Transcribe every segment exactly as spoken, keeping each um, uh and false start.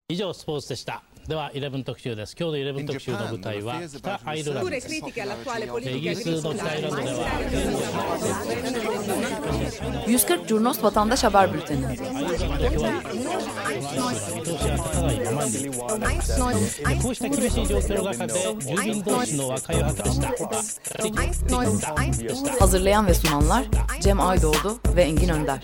以上スポーツでした。ではじゅういち特集です。今日のじゅういち特集の舞台は北アイルランドです。イギリスの北アイルランドでは yüz kırk Curnos Vatandaş Haber Bülteni. Hazırlayan ve sunanlar Cem Aydoğdu ve Engin Önder.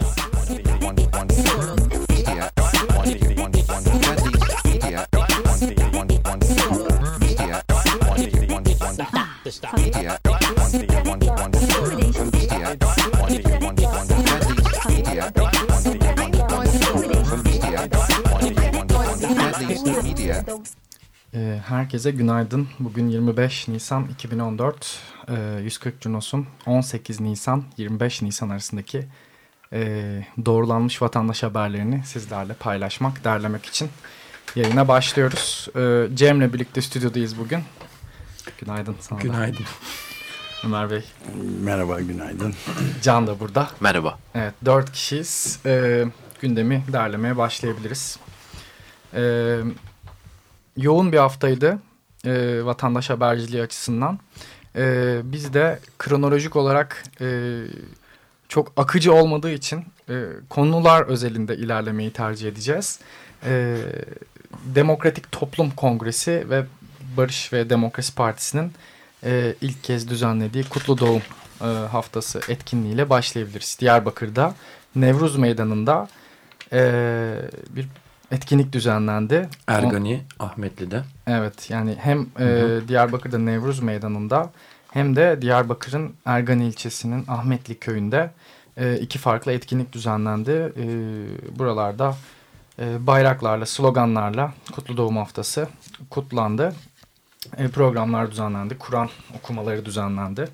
Herkese günaydın. Bugün yirmi beş Nisan iki bin on dört. yüz kırk Curnos'un on sekiz Nisan yirmi beş Nisan arasındaki doğrulanmış vatandaş haberlerini sizlerle paylaşmak, derlemek için yayına başlıyoruz. Cem'le birlikte stüdyodayız bugün. Günaydın sana. Günaydın. Ömer Bey. Merhaba, günaydın. Can da burada. Merhaba. Evet, dört kişiyiz. Ee, gündemi derlemeye başlayabiliriz. Ee, yoğun bir haftaydı e, vatandaş haberciliği açısından. Ee, biz de kronolojik olarak e, çok akıcı olmadığı için e, konular özelinde ilerlemeyi tercih edeceğiz. E, Demokratik Toplum Kongresi ve Barış ve Demokrasi Partisi'nin e, ilk kez düzenlediği Kutlu Doğum e, Haftası etkinliğiyle başlayabiliriz. Diyarbakır'da Nevruz Meydanı'nda e, bir etkinlik düzenlendi. Ergani, o, Ahmetli'de. Evet, yani hem e, Diyarbakır'da Nevruz Meydanı'nda hem de Diyarbakır'ın Ergani ilçesinin Ahmetli köyünde e, iki farklı etkinlik düzenlendi. E, buralarda e, bayraklarla, sloganlarla Kutlu Doğum Haftası kutlandı. E, programlar düzenlendi, Kur'an okumaları düzenlendi.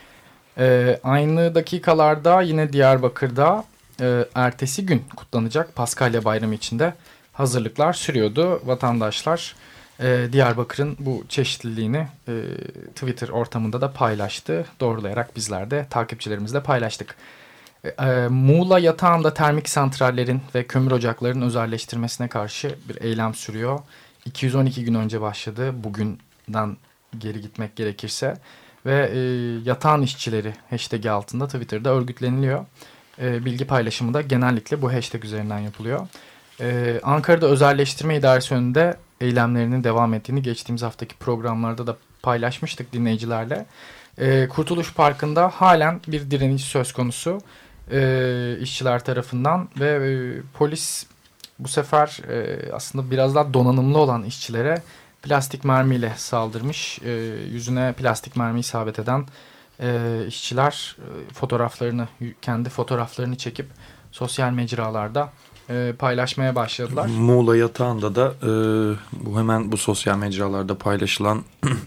E, aynı dakikalarda yine Diyarbakır'da e, ertesi gün kutlanacak Paskalya Bayramı içinde hazırlıklar sürüyordu. Vatandaşlar e, Diyarbakır'ın bu çeşitliliğini e, Twitter ortamında da paylaştı. Doğrulayarak bizler de takipçilerimizle paylaştık. E, Muğla yatağında termik santrallerin ve kömür ocaklarının özelleştirmesine karşı bir eylem sürüyor. iki yüz on iki gün önce başladı, bugünden geri gitmek gerekirse. Ve e, yatağın işçileri hashtag altında Twitter'da örgütleniliyor. E, bilgi paylaşımı da genellikle bu hashtag üzerinden yapılıyor. Ee, Ankara'da Özelleştirme İdaresi önünde eylemlerinin devam ettiğini geçtiğimiz haftaki programlarda da paylaşmıştık dinleyicilerle. Ee, Kurtuluş Parkı'nda halen bir direniş söz konusu e, işçiler tarafından ve e, polis bu sefer e, aslında biraz daha donanımlı olan işçilere plastik mermiyle saldırmış. E, yüzüne plastik mermi isabet eden e, işçiler e, fotoğraflarını, kendi fotoğraflarını çekip sosyal mecralarda E, paylaşmaya başladılar. Muğla yatağında da e, bu hemen bu sosyal mecralarda paylaşılan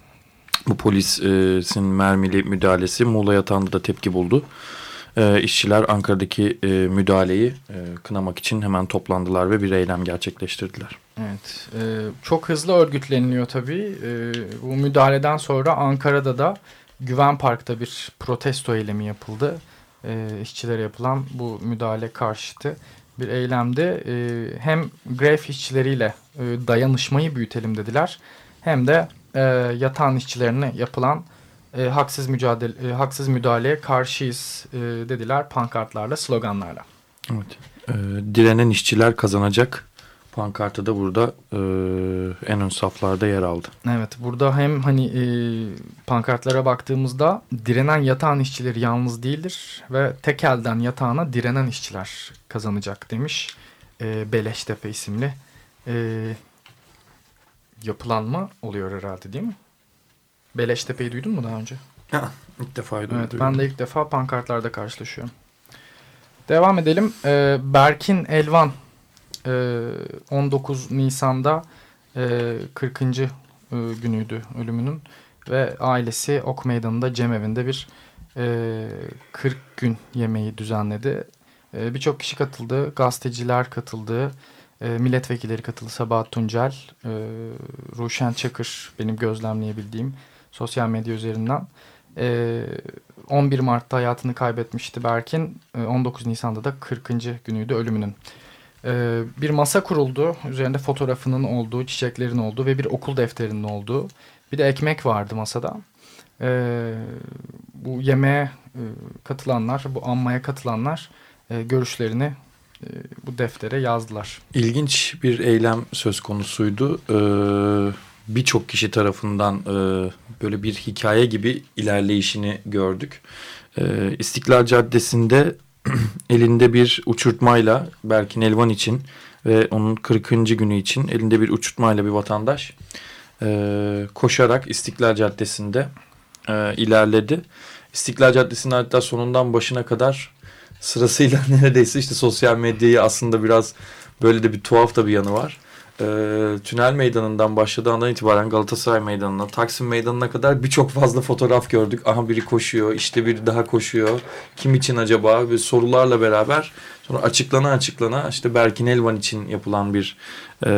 bu polisin mermili müdahalesi Muğla yatağında da tepki buldu. E, işçiler Ankara'daki e, müdahaleyi e, kınamak için hemen toplandılar ve bir eylem gerçekleştirdiler. Evet, e, çok hızlı örgütleniliyor tabii. E, bu müdahaleden sonra Ankara'da da Güven Park'ta bir protesto eylemi yapıldı. E, işçilere yapılan bu müdahale karşıtı bir eylemde e, hem grev işçileriyle e, dayanışmayı büyütelim dediler, hem de e, yatağın işçilerine yapılan e, haksız mücadele e, haksız müdahaleye karşıyız e, dediler pankartlarla, sloganlarla. Evet. E, direnen işçiler kazanacak pankartı da burada e, en ön saflarda yer aldı. Evet, burada hem hani e, pankartlara baktığımızda direnen yatağın işçileri yalnız değildir ve tek elden yatağına direnen işçiler kazanacak demiş. E, Beleştepe isimli e, yapılanma oluyor herhalde, değil mi? Beleştepe'yi duydun mu daha önce? Ha, ilk defa duydum. Evet, ben de ilk defa pankartlarda karşılaşıyorum. Devam edelim. E, Berkin Elvan on dokuz Nisan'da kırkıncı günüydü ölümünün ve ailesi Ok Meydanı'nda Cemevinde bir kırk gün yemeği düzenledi. Birçok kişi katıldı, gazeteciler katıldı, milletvekilleri katıldı. Sabahat Tuncel, Ruşen Çakır, benim gözlemleyebildiğim sosyal medya üzerinden. on bir Mart'ta hayatını kaybetmişti Berkin. on dokuz Nisan'da da kırkıncı günüydü ölümünün. E, bir masa kuruldu. Üzerinde fotoğrafının olduğu, çiçeklerin olduğu ve bir okul defterinin olduğu. Bir de ekmek vardı masada. E, bu yemeğe e, katılanlar, bu anmaya katılanlar e, görüşlerini e, bu deftere yazdılar. İlginç bir eylem söz konusuydu. Ee, Birçok kişi tarafından e, böyle bir hikaye gibi ilerleyişini gördük. Ee, İstiklal Caddesi'nde elinde bir uçurtmayla Berkin Elvan için ve onun kırkıncı günü için elinde bir uçurtmayla bir vatandaş e, koşarak İstiklal Caddesi'nde e, ilerledi. İstiklal Caddesi'nin hatta sonundan başına kadar sırasıyla neredeyse işte sosyal medyayı aslında biraz böyle de bir tuhaf da bir yanı var. E, Tünel Meydanı'ndan başladığı andan itibaren Galatasaray Meydanı'na, Taksim Meydanı'na kadar birçok fazla fotoğraf gördük. Aha biri koşuyor, işte biri daha koşuyor. Kim için acaba? Ve sorularla beraber sonra açıklana açıklana işte Berkin Elvan için yapılan bir e,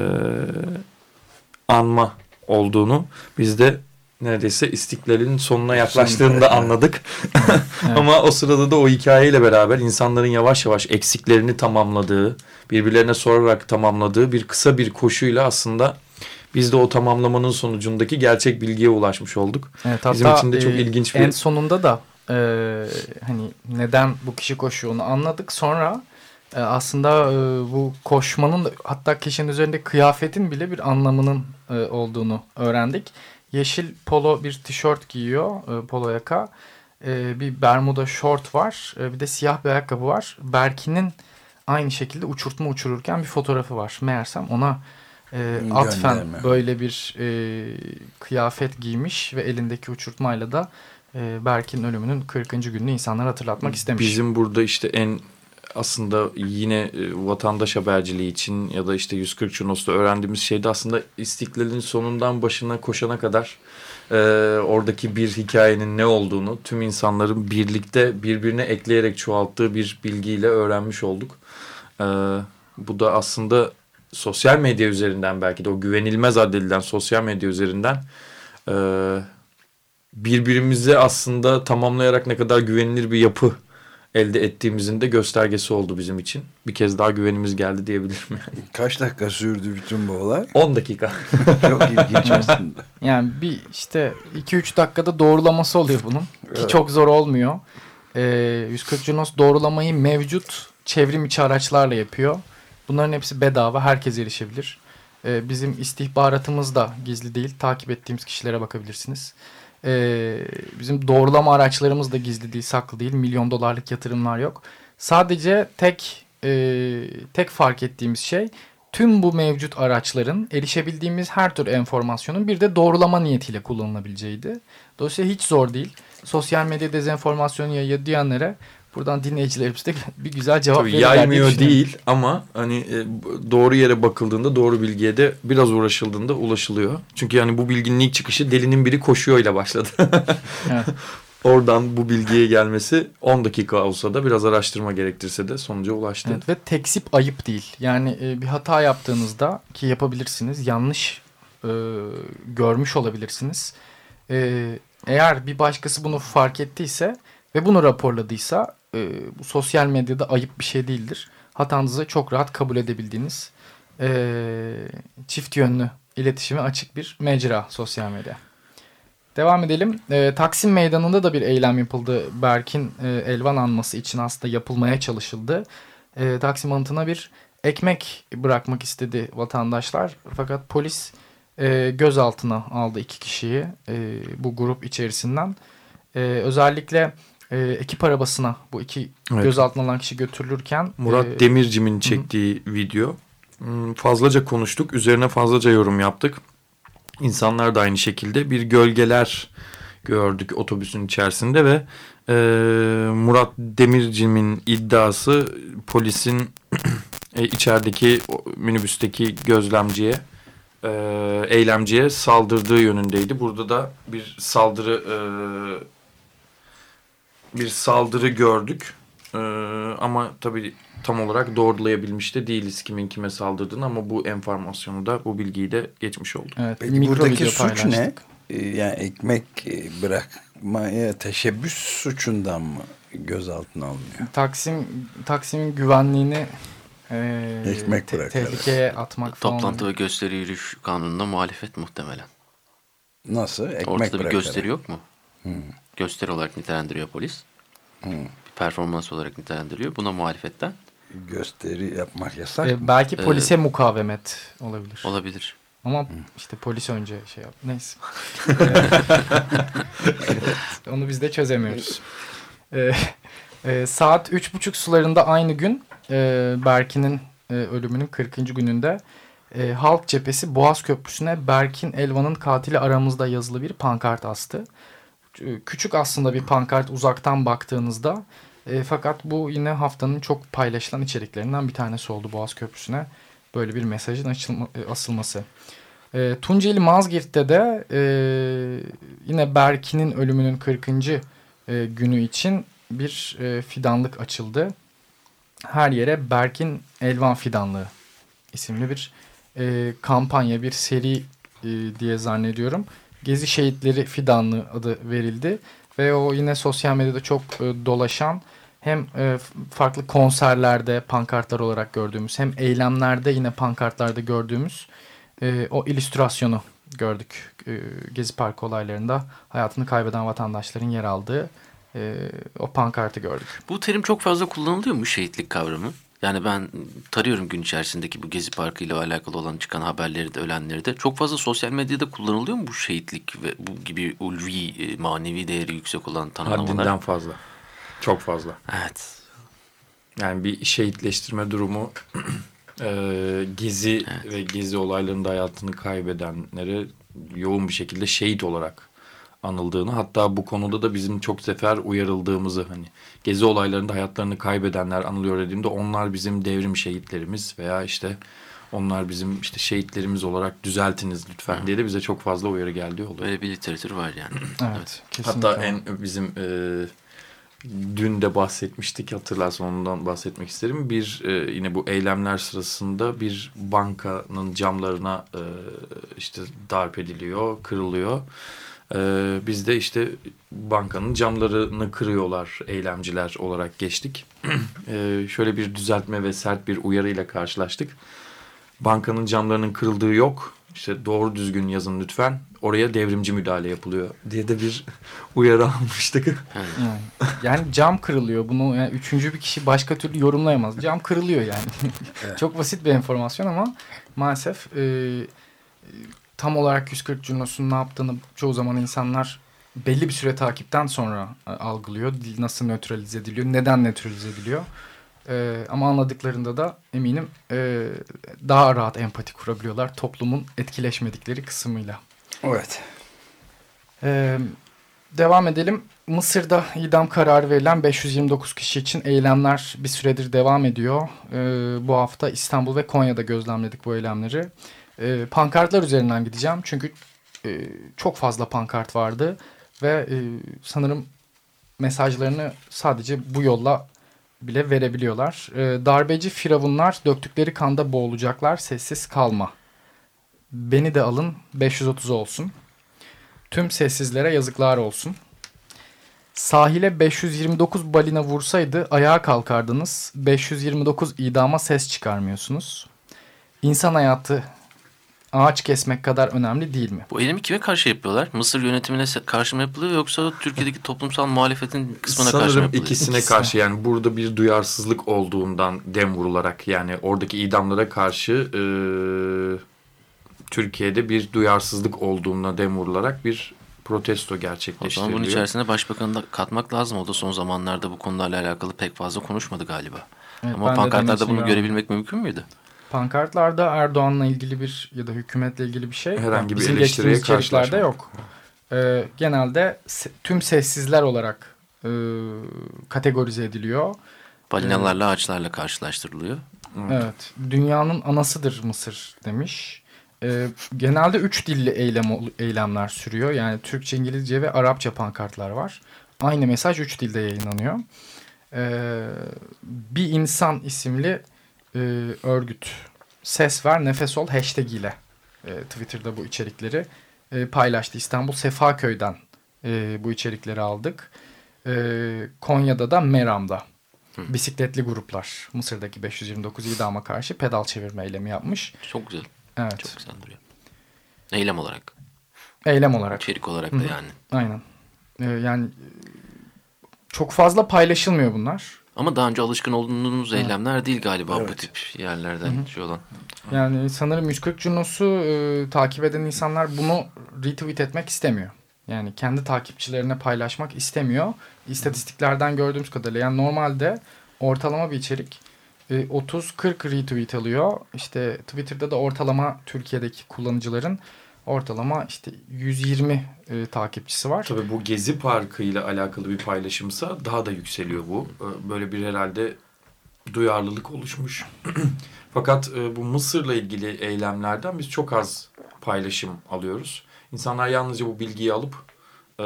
anma olduğunu biz de neredeyse İstiklal'in sonuna yaklaştığını da anladık. Evet. Ama o sırada da o hikayeyle beraber insanların yavaş yavaş eksiklerini tamamladığı, birbirlerine sorarak tamamladığı bir kısa bir koşuyla aslında biz de o tamamlamanın sonucundaki gerçek bilgiye ulaşmış olduk. Evet, bizim hatta, için de çok e, ilginç bir... En sonunda da e, hani neden bu kişi koşuyor onu anladık. Sonra e, aslında e, bu koşmanın hatta kişinin üzerinde kıyafetin bile bir anlamının e, olduğunu öğrendik. Yeşil polo bir tişört giyiyor, e, polo yaka. E, bir bermuda şort var. E, bir de siyah bir ayakkabı var. Berkin'in aynı şekilde uçurtma uçururken bir fotoğrafı var. Meğersem ona e, atfen böyle bir e, kıyafet giymiş ve elindeki uçurtmayla da e, Berkin'in ölümünün kırkıncı gününü insanlara hatırlatmak istemiş. Bizim burada işte en aslında yine e, vatandaş haberciliği için ya da işte yüz kırk Cunos'ta öğrendiğimiz şey de aslında İstiklal'in sonundan başına koşana kadar e, oradaki bir hikayenin ne olduğunu tüm insanların birlikte birbirine ekleyerek çoğalttığı bir bilgiyle öğrenmiş olduk. E, bu da aslında sosyal medya üzerinden belki de o güvenilmez addedilen sosyal medya üzerinden e, birbirimizi aslında tamamlayarak ne kadar güvenilir bir yapı elde ettiğimizin de göstergesi oldu bizim için. Bir kez daha güvenimiz geldi diyebilirim. Yani. Kaç dakika sürdü bütün bu olay? on dakika. Çok ilginç aslında. Yani bir işte iki üç dakikada doğrulaması oluyor bunun. Evet. Ki çok zor olmuyor. Ee, yüz kırk Cunos doğrulamayı mevcut çevrim içi araçlarla yapıyor. Bunların hepsi bedava. Herkes erişebilir. Ee, bizim istihbaratımız da gizli değil. Takip ettiğimiz kişilere bakabilirsiniz. Ee, bizim doğrulama araçlarımız da gizli değil, saklı değil. Milyon dolarlık yatırımlar yok. Sadece tek e, tek fark ettiğimiz şey tüm bu mevcut araçların erişebildiğimiz her tür enformasyonun bir de doğrulama niyetiyle kullanılabileceğiydi. Dolayısıyla hiç zor değil. Sosyal medya dezenformasyonu yayıyor diyenlere buradan dinleyicilerimiz de bir güzel cevap verirler. Yaymıyor değil ama hani e, doğru yere bakıldığında doğru bilgiye de biraz uğraşıldığında ulaşılıyor. Çünkü yani bu bilginin ilk çıkışı delinin biri koşuyorla başladı. Evet. Oradan bu bilgiye gelmesi on dakika olsa da biraz araştırma gerektirse de sonuca ulaştı. Evet, ve tekzip ayıp değil. Yani e, bir hata yaptığınızda ki yapabilirsiniz, yanlış e, görmüş olabilirsiniz. E, eğer bir başkası bunu fark ettiyse ve bunu raporladıysa e, bu sosyal medyada ayıp bir şey değildir. Hatanızı çok rahat kabul edebildiğiniz e, çift yönlü iletişime açık bir mecra sosyal medya. Devam edelim. E, Taksim Meydanı'nda da bir eylem yapıldı. Berkin e, Elvan anması için aslında yapılmaya çalışıldı. E, Taksim anıtına bir ekmek bırakmak istedi vatandaşlar. Fakat polis e, gözaltına aldı iki kişiyi e, bu grup içerisinden. E, özellikle e, ekip arabasına bu iki evet. gözaltına alan kişi götürülürken... Murat e, Demircim'in çektiği hı. video. Fazlaca konuştuk. Üzerine fazlaca yorum yaptık. İnsanlar da aynı şekilde bir gölgeler gördük otobüsün içerisinde ve e, Murat Demircim'in iddiası polisin e, içerideki minibüsteki gözlemciye, e, eylemciye saldırdığı yönündeydi. Burada da bir saldırı e, bir saldırı gördük e, ama tabii tam olarak doğrulayabilmiş de değiliz kimin kime saldırdığını ama bu enformasyonu da bu bilgiyi de geçmiş olduk. Evet, peki buradaki suç ne? Ee, yani ekmek bırakmaya teşebbüs suçundan mı gözaltına alınıyor? Taksim Taksim'in güvenliğini e, ekmek te- bırakarak. tehlikeye atmak falan. Toplantı ve gösteri yürüyüş kanununa muhalefet muhtemelen. Nasıl? Ekmek Ortada bir bırakarak. gösteri yok mu? Hmm. Gösteri olarak nitelendiriyor polis. Hmm. Bir performans olarak nitelendiriyor. Buna muhalefetten. Gösteri yapmak yasak E, mı? belki polise Ee, mukavemet olabilir. Olabilir. Ama işte polis önce şey yap. Neyse. Evet, onu biz de çözemiyoruz. Ee, e, saat üç buçuk sularında aynı gün e, Berkin'in e, ölümünün kırkıncı gününde e, Halk Cephesi Boğaz Köprüsü'ne Berkin Elvan'ın katili aramızda yazılı bir pankart astı. Küçük aslında bir pankart uzaktan baktığınızda. E, fakat bu yine haftanın çok paylaşılan içeriklerinden bir tanesi oldu Boğaz Köprüsü'ne. Böyle bir mesajın açılma, asılması. E, Tunceli Mazgirt'te de e, yine Berkin'in ölümünün kırkıncı E, günü için bir e, fidanlık açıldı. Her yere Berkin Elvan Fidanlığı isimli bir e, kampanya, bir seri e, diye zannediyorum. Gezi Şehitleri Fidanlığı adı verildi. Ve o yine sosyal medyada çok e, dolaşan, hem e, farklı konserlerde pankartlar olarak gördüğümüz, hem eylemlerde yine pankartlarda gördüğümüz e, o illüstrasyonu gördük. E, Gezi Parkı olaylarında hayatını kaybeden vatandaşların yer aldığı e, o pankartı gördük. Bu terim çok fazla kullanılıyor mu, şehitlik kavramı? Yani ben tarıyorum gün içerisindeki bu Gezi Parkı ile alakalı olan çıkan haberleri de, ölenleri de. Çok fazla sosyal medyada kullanılıyor mu bu şehitlik ve bu gibi ulvi, manevi değeri yüksek olan tanımlamalar? Haddinden fazla. Çok fazla. Evet. Yani bir şehitleştirme durumu e, Gezi evet. ve Gezi olaylarında hayatını kaybedenleri yoğun bir şekilde şehit olarak anıldığını, hatta bu konuda da bizim çok sefer uyarıldığımızı, hani Gezi olaylarında hayatlarını kaybedenler anılıyor dediğimde onlar bizim devrim şehitlerimiz veya işte onlar bizim işte şehitlerimiz olarak düzeltiniz lütfen Hı. diye de bize çok fazla uyarı geldiği oluyor. Böyle bir literatür var yani. Evet, evet. kesinlikle. Hatta en bizim e, dün de bahsetmiştik, hatırlarsan ondan bahsetmek isterim. Bir e, yine bu eylemler sırasında bir bankanın camlarına e, işte darp ediliyor, kırılıyor. Ee, biz de işte bankanın camlarını kırıyorlar eylemciler olarak geçtik. ee, şöyle bir düzeltme ve sert bir uyarıyla karşılaştık. Bankanın camlarının kırıldığı yok. İşte doğru düzgün yazın lütfen. Oraya devrimci müdahale yapılıyor diye de bir uyarı almıştık. Yani, yani cam kırılıyor. Bunu yani üçüncü bir kişi başka türlü yorumlayamaz. Cam kırılıyor yani. Evet. Çok basit bir enformasyon ama maalesef e, tam olarak yüz kırk cümlesinin ne yaptığını çoğu zaman insanlar belli bir süre takipten sonra algılıyor. Dil nasıl nötralize ediliyor, neden nötralize ediliyor. Ee, ama anladıklarında da eminim e, daha rahat empati kurabiliyorlar toplumun etkileşmedikleri kısmıyla. Evet. Ee, devam edelim. Mısır'da idam kararı verilen beş yüz yirmi dokuz kişi için eylemler bir süredir devam ediyor. Ee, bu hafta İstanbul ve Konya'da gözlemledik bu eylemleri. E, pankartlar üzerinden gideceğim çünkü e, çok fazla pankart vardı ve e, sanırım mesajlarını sadece bu yolla bile verebiliyorlar. E, darbeci firavunlar döktükleri kanda boğulacaklar, sessiz kalma. Beni de alın, beş yüz otuz olsun. Tüm sessizlere yazıklar olsun. Sahile beş yüz yirmi dokuz balina vursaydı ayağa kalkardınız. beş yüz yirmi dokuz idama ses çıkarmıyorsunuz. İnsan hayatı ağaç kesmek kadar önemli değil mi? Bu eylemi kime karşı yapıyorlar? Mısır yönetimine karşı mı yapılıyor yoksa Türkiye'deki toplumsal muhalefetin kısmına Sanırım karşı mı yapılıyor? ikisine İkisine. karşı, yani burada bir duyarsızlık olduğundan dem vurularak, yani oradaki idamlara karşı e, Türkiye'de bir duyarsızlık olduğuna dem vurularak bir protesto gerçekleştiriliyor. O zaman bunun içerisine başbakanı da katmak lazım. O da son zamanlarda bu konularla alakalı pek fazla konuşmadı galiba. Evet, ama pankartlarda bunu görebilmek mümkün müydü? Pankartlarda Erdoğan'la ilgili bir ya da hükümetle ilgili bir şey herhangi bir bizim eleştiriye içeriklerde yok. Ee, genelde se- tüm sessizler olarak e, kategorize ediliyor. Balinalarla, ee, ağaçlarla karşılaştırılıyor. Evet. Dünyanın anasıdır Mısır demiş. Ee, genelde üç dilli eylem, eylemler sürüyor. Yani Türkçe, İngilizce ve Arapça pankartlar var. Aynı mesaj üç dilde yayınlanıyor. Ee, bir insan isimli e, örgüt Ses Ver Nefes Ol hashtag ile e, Twitter'da bu içerikleri e, paylaştı. İstanbul Sefaköy'den e, bu içerikleri aldık. E, Konya'da da Meram'da. Hı. Bisikletli gruplar Mısır'daki beş yüz yirmi dokuz idama karşı pedal çevirme eylemi yapmış. Çok güzel. Evet. Çok güzel duruyor. Eylem olarak. Eylem olarak. İçerik olarak da Hı. yani. Aynen. Ee, yani çok fazla paylaşılmıyor bunlar. Ama daha önce alışkın olduğunuz evet. eylemler değil galiba evet. bu tip yerlerden Hı-hı. şey olan. Yani sanırım yüz kırk Junos'u e, takip eden insanlar bunu retweet etmek istemiyor. Yani kendi takipçilerine paylaşmak istemiyor. İstatistiklerden gördüğümüz kadarıyla yani normalde ortalama bir içerik e, otuz kırk retweet alıyor. İşte Twitter'da da ortalama Türkiye'deki kullanıcıların ortalama işte yüz yirmi e, takipçisi var. Tabii bu Gezi Parkı ile alakalı bir paylaşımsa daha da yükseliyor bu. Böyle bir herhalde duyarlılık oluşmuş. Fakat e, bu Mısır'la ilgili eylemlerden biz çok az paylaşım alıyoruz. İnsanlar yalnızca bu bilgiyi alıp e,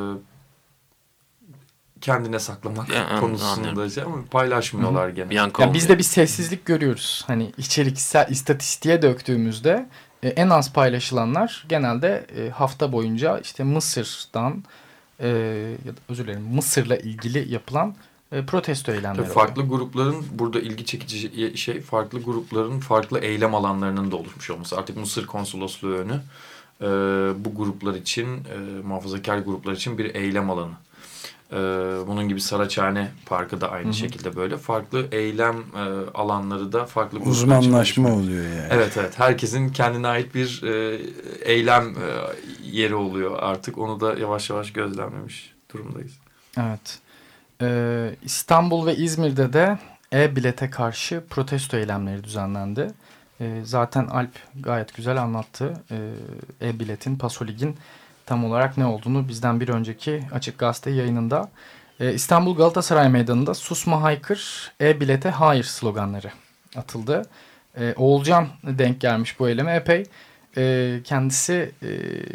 kendine saklamak ya, konusunda şey ama paylaşmıyorlar gene. Ya biz de bir sessizlik görüyoruz. Hani içeriksel istatistiğe döktüğümüzde e, en az paylaşılanlar genelde e, hafta boyunca işte Mısır'dan e, ya da özür dilerim Mısır'la ilgili yapılan e, protesto eylemleri. Tabii farklı oluyor. Grupların burada ilgi çekici şey farklı grupların farklı eylem alanlarının da oluşmuş olması. Artık Mısır Konsolosluğu önü e, bu gruplar için e, muhafazakar gruplar için bir eylem alanı. Ee, bunun gibi Saraçhane Parkı da aynı Hı-hı. şekilde böyle. Farklı eylem e, alanları da farklı uzmanlaşma oluyor yani. Evet evet. Herkesin kendine ait bir e, eylem e, yeri oluyor artık. Onu da yavaş yavaş gözlemlemiş durumdayız. Evet. Ee, İstanbul ve İzmir'de de e-bilete karşı protesto eylemleri düzenlendi. Ee, zaten Alp gayet güzel anlattı. Ee, e-biletin, Pasolig'in tam olarak ne olduğunu bizden bir önceki Açık Gazete yayınında. Ee, İstanbul Galatasaray Meydanı'nda susma haykır, e-bilete hayır sloganları atıldı. Ee, Oğulcan denk gelmiş bu eyleme epey. Ee, kendisi e,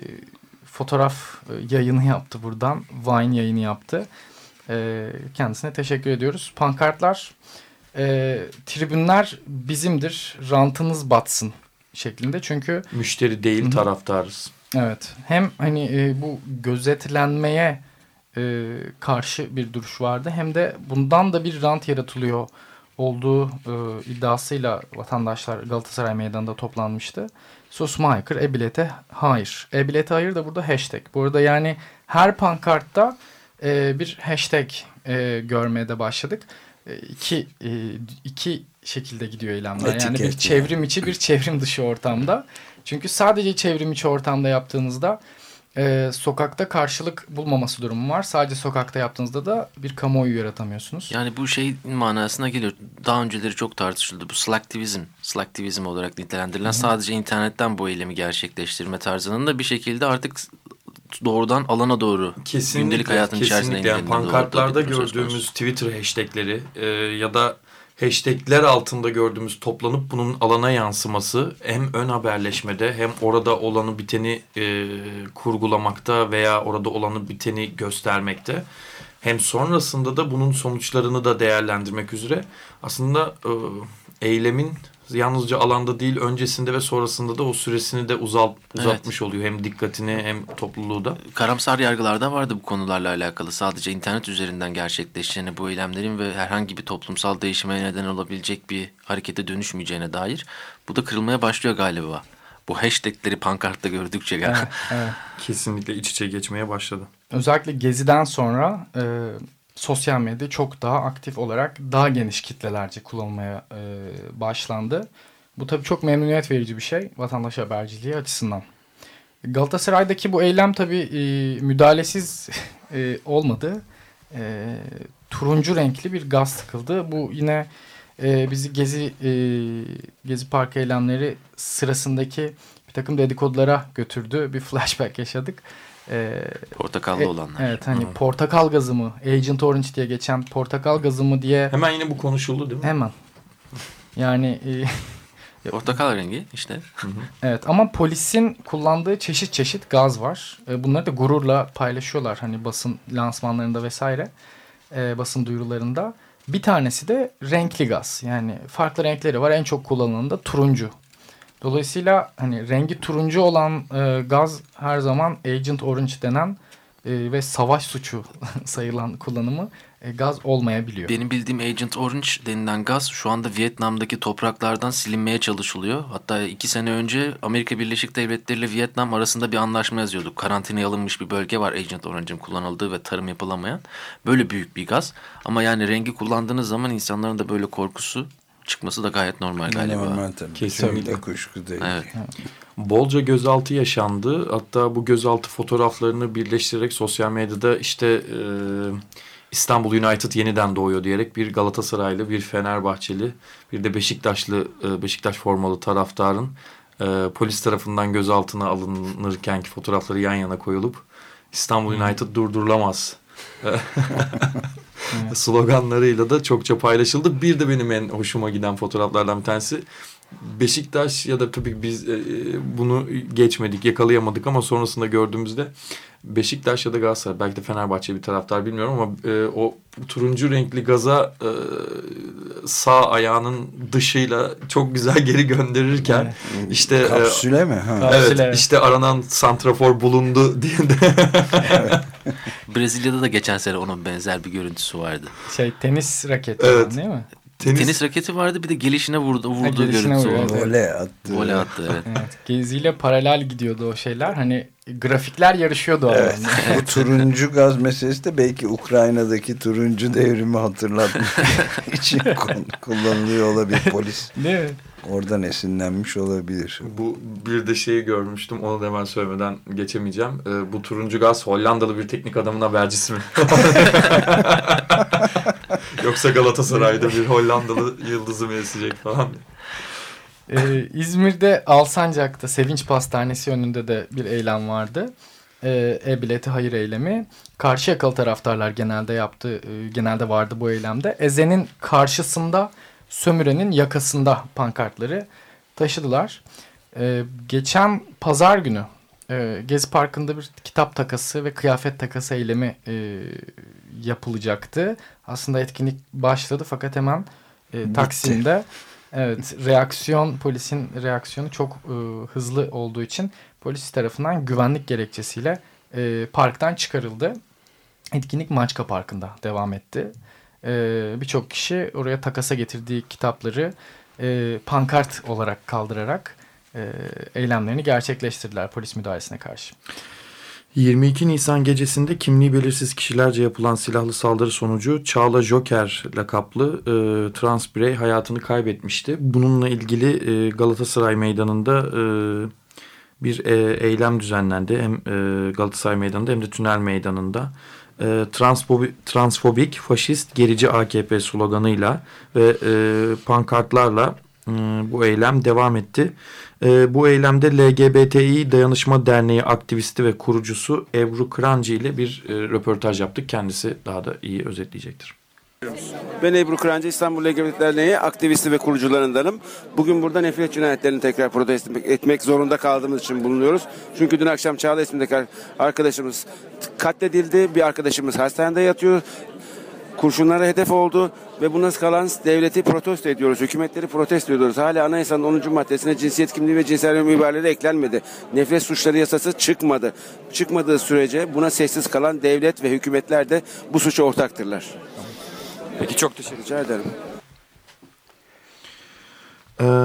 fotoğraf yayını yaptı buradan. Vine yayını yaptı. Ee, kendisine teşekkür ediyoruz. Pankartlar, e, tribünler bizimdir, rantınız batsın şeklinde. Çünkü müşteri değil, taraftarız. Evet. Hem hani e, bu gözetlenmeye e, karşı bir duruş vardı. Hem de bundan da bir rant yaratılıyor olduğu e, iddiasıyla vatandaşlar Galatasaray Meydanı'nda toplanmıştı. Susma haykır, e-bilete hayır. E-bilete hayır da burada hashtag. Bu arada yani her pankartta e, bir hashtag e, görmeye de başladık. E, iki, e, iki şekilde gidiyor eylemler. Etiket yani bir çevrim içi bir çevrim dışı ortamda. Çünkü sadece çevrim içi ortamda yaptığınızda e, sokakta karşılık bulmaması durumu var. Sadece sokakta yaptığınızda da bir kamuoyu yaratamıyorsunuz. Yani bu şey manasına geliyor. Daha önceleri çok tartışıldı. Bu slacktivizm, slacktivizm olarak nitelendirilen Hı-hı. sadece internetten bu eylemi gerçekleştirme tarzının da bir şekilde artık doğrudan alana doğru kesinlikle, gündelik hayatın içerisinde kesinlikle. Yani pankartlarda gördüğümüz Twitter hashtagleri e, ya da hashtagler altında gördüğümüz toplanıp bunun alana yansıması hem ön haberleşmede hem orada olanı biteni e, kurgulamakta veya orada olanı biteni göstermekte hem sonrasında da bunun sonuçlarını da değerlendirmek üzere aslında e, eylemin yalnızca alanda değil öncesinde ve sonrasında da o süresini de uzalt, uzatmış evet. oluyor. Hem dikkatini hem topluluğu da. Karamsar yargılarda vardı bu konularla alakalı. Sadece internet üzerinden gerçekleşeceğine, bu eylemlerin ve herhangi bir toplumsal değişime neden olabilecek bir harekete dönüşmeyeceğine dair. Bu da kırılmaya başlıyor galiba. Bu hashtagleri pankartta gördükçe galiba. Evet, evet. Kesinlikle iç içe geçmeye başladı. Özellikle Gezi'den sonra e, sosyal medya çok daha aktif olarak daha geniş kitlelerce kullanılmaya e, başlandı. Bu tabii çok memnuniyet verici bir şey vatandaş haberciliği açısından. Galatasaray'daki bu eylem tabii e, müdahalesiz e, olmadı. E, turuncu renkli bir gaz sıkıldı. Bu yine e, bizi Gezi e, Gezi Parkı eylemleri sırasındaki bir takım dedikodulara götürdü. Bir flashback yaşadık. Ee, portakallı e, olanlar. Evet hani Hı. portakal gazı mı? Agent Orange diye geçen portakal gazı mı diye. Hemen yine bu konuşuldu değil mi? Hemen. Yani. E, portakal rengi işte. Hı hı. Evet ama polisin kullandığı çeşit çeşit gaz var. E, bunları da gururla paylaşıyorlar. Hani basın lansmanlarında vesaire. E, basın duyurularında. Bir tanesi de renkli gaz. Yani farklı renkleri var. En çok kullanılan da turuncu. Dolayısıyla hani rengi turuncu olan e, gaz her zaman Agent Orange denen e, ve savaş suçu sayılan kullanımı e, gaz olmayabiliyor. Benim bildiğim Agent Orange denilen gaz şu anda Vietnam'daki topraklardan silinmeye çalışılıyor. Hatta iki sene önce Amerika Birleşik Devletleri ile Vietnam arasında bir anlaşma yazıyorduk. Karantinaya alınmış bir bölge var Agent Orange'ın kullanıldığı ve tarım yapılamayan. Böyle büyük bir gaz. Ama yani rengi kullandığınız zaman insanların da böyle korkusu çıkması da gayet normal galiba. Normal tabii. Kesinlikle kuşku değil. Evet. Bolca gözaltı yaşandı. Hatta bu gözaltı fotoğraflarını birleştirerek sosyal medyada işte e, İstanbul United yeniden doğuyor diyerek bir Galatasaraylı, bir Fenerbahçeli, bir de Beşiktaşlı, e, Beşiktaş formalı taraftarın e, polis tarafından gözaltına alınırkenki fotoğrafları yan yana koyulup İstanbul United durdurulamaz sloganlarıyla da çokça paylaşıldı. Bir de benim en hoşuma giden fotoğraflardan bir tanesi Beşiktaş ya da tabii biz e, bunu geçmedik, yakalayamadık ama sonrasında gördüğümüzde Beşiktaş ya da Galatasaray, belki de Fenerbahçe bir taraftar bilmiyorum ama e, o turuncu renkli gaza e, sağ ayağının dışıyla çok güzel geri gönderirken evet. işte kapsüle e, mi? Ha. Evet, kapsüle. işte aranan santrafor bulundu diye de. Evet. Brezilya'da da geçen sene onun benzer bir görüntüsü vardı. Şey tenis raketi evet. değil mi? Tenis, Tenis raketi vardı, bir de gelişine vurdu, vurduğu görüntüsü vardı. Voley attı. Voley attı evet. Evet. Geziyle paralel gidiyordu o şeyler. Hani grafikler yarışıyordu. Evet. Bu turuncu gaz meselesi de belki Ukrayna'daki turuncu devrimi hatırlatmak için kullanılıyor olabilir polis. Değil mi? Oradan esinlenmiş olabilir. Bu bir de şeyi görmüştüm. Onu da hemen söylemeden geçemeyeceğim. Ee, bu turuncu gaz Hollandalı bir teknik adamın habercisi mi? Yoksa Galatasaray'da bir Hollandalı yıldızı mı esecek falan. Ee, İzmir'de Alsancak'ta Sevinç Pastanesi önünde de bir eylem vardı. Ee, E-bileti hayır eylemi. Karşıyakalı taraftarlar genelde yaptı. E, genelde vardı bu eylemde. Eze'nin karşısında, Sömüre'nin yakasında pankartları taşıdılar. Ee, geçen pazar günü e, Gezi Parkı'nda bir kitap takası ve kıyafet takası eylemi e, yapılacaktı. Aslında etkinlik başladı fakat hemen e, Taksim'de evet reaksiyon polisin reaksiyonu çok e, hızlı olduğu için polis tarafından güvenlik gerekçesiyle e, parktan çıkarıldı. Etkinlik Maçka Parkı'nda devam etti. Ee, birçok kişi oraya takasa getirdiği kitapları e, pankart olarak kaldırarak e, eylemlerini gerçekleştirdiler polis müdahalesine karşı. yirmi iki Nisan gecesinde kimliği belirsiz kişilerce yapılan silahlı saldırı sonucu Çağla Joker lakaplı e, trans birey hayatını kaybetmişti. Bununla ilgili e, Galatasaray Meydanı'nda e, bir e, eylem düzenlendi. Hem e, Galatasaray Meydanı'nda hem de Tünel Meydanı'nda. E, transfobi, transfobik, faşist, gerici A K P sloganıyla ve e, pankartlarla e, bu eylem devam etti. E, bu eylemde L G B T İ Dayanışma Derneği aktivisti ve kurucusu Ebru Kırancı ile bir e, röportaj yaptık. Kendisi daha da iyi özetleyecektir. Ben Ebru Kırancı, İstanbul L G B T Derneği aktivisti ve kurucularındanım. Bugün burada nefret cinayetlerini tekrar protesto etmek zorunda kaldığımız için bulunuyoruz. Çünkü dün akşam Çağla ismindeki arkadaşımız katledildi. Bir arkadaşımız hastanede yatıyor. Kurşunlara hedef oldu ve buna kalan devleti protesto ediyoruz. Hükümetleri protesto ediyoruz. Hala anayasanın onuncu maddesine cinsiyet kimliği ve cinsel yönelim ibareleri eklenmedi. Nefret suçları yasası çıkmadı. Çıkmadığı sürece buna sessiz kalan devlet ve hükümetler de bu suça ortaktırlar. Peki çok teşekkür Rica ederim. Ee,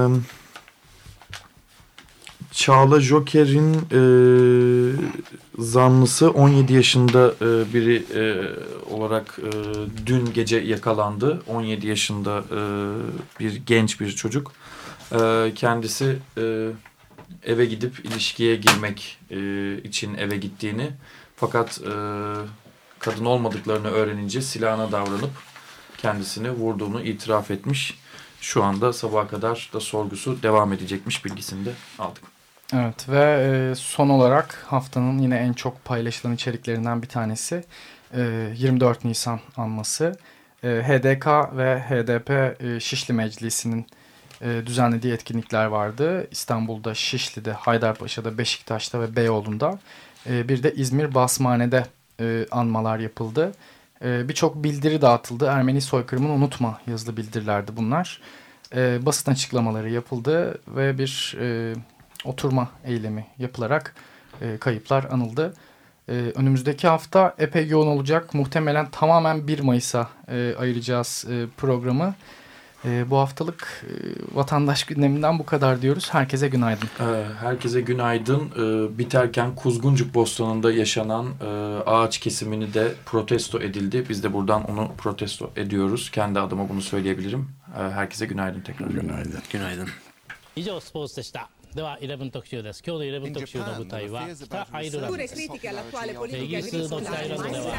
Çağla Joker'in e, zanlısı on yedi yaşında e, biri e, olarak e, dün gece yakalandı. on yedi yaşında e, bir genç bir çocuk. E, kendisi e, eve gidip ilişkiye girmek e, için eve gittiğini fakat e, kadın olmadıklarını öğrenince silahına davranıp kendisini vurduğunu itiraf etmiş. Şu anda sabaha kadar da sorgusu devam edecekmiş bilgisini de aldık. Evet ve e, son olarak haftanın yine en çok paylaşılan içeriklerinden bir tanesi e, yirmi dört Nisan anması. E, H D K ve H D P e, Şişli Meclisi'nin e, düzenlediği etkinlikler vardı. İstanbul'da, Şişli'de, Haydarpaşa'da, Beşiktaş'ta ve Beyoğlu'nda. E, bir de İzmir Basmane'de e, anmalar yapıldı. E, Birçok bildiri dağıtıldı. Ermeni soykırımını unutma yazılı bildirilerdi bunlar. E, basın açıklamaları yapıldı ve bir e, oturma eylemi yapılarak e, kayıplar anıldı. Ee, önümüzdeki hafta epey yoğun olacak. Muhtemelen tamamen bir Mayıs'a e, ayıracağız e, programı. E, bu haftalık e, vatandaş gündeminden bu kadar diyoruz. Herkese günaydın. Ee, herkese günaydın. Ee, biterken Kuzguncuk Bostanı'nda yaşanan e, ağaç kesimini de protesto edildi. Biz de buradan onu protesto ediyoruz. Kendi adıma bunu söyleyebilirim. Ee, herkese günaydın tekrar. Günaydın. Günaydın. 以上スポーツでした。ではじゅういち特集です。今日のじゅういち特集の舞台は北アイルランドです。イギリスの北アイルランドでは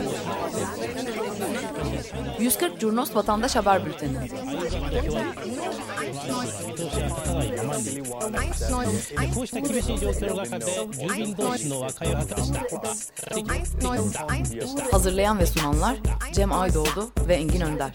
yüz kırk Curnos Vatandaş Haber Bülteni. こうした厳しい状況の中で住民同士の和解を図りました。 Hazırlayan ve sunanlar Cem Aydoğdu ve Engin Önder.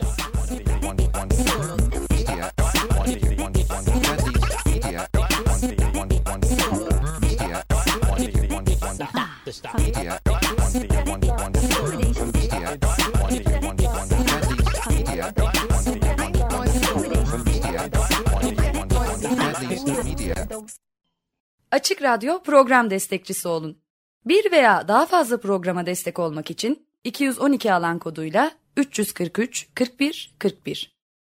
Açık Radyo program destekçisi olun. Bir veya daha fazla programa destek olmak için iki yüz on iki alan koduyla üç yüz kırk üç kırk bir kırk bir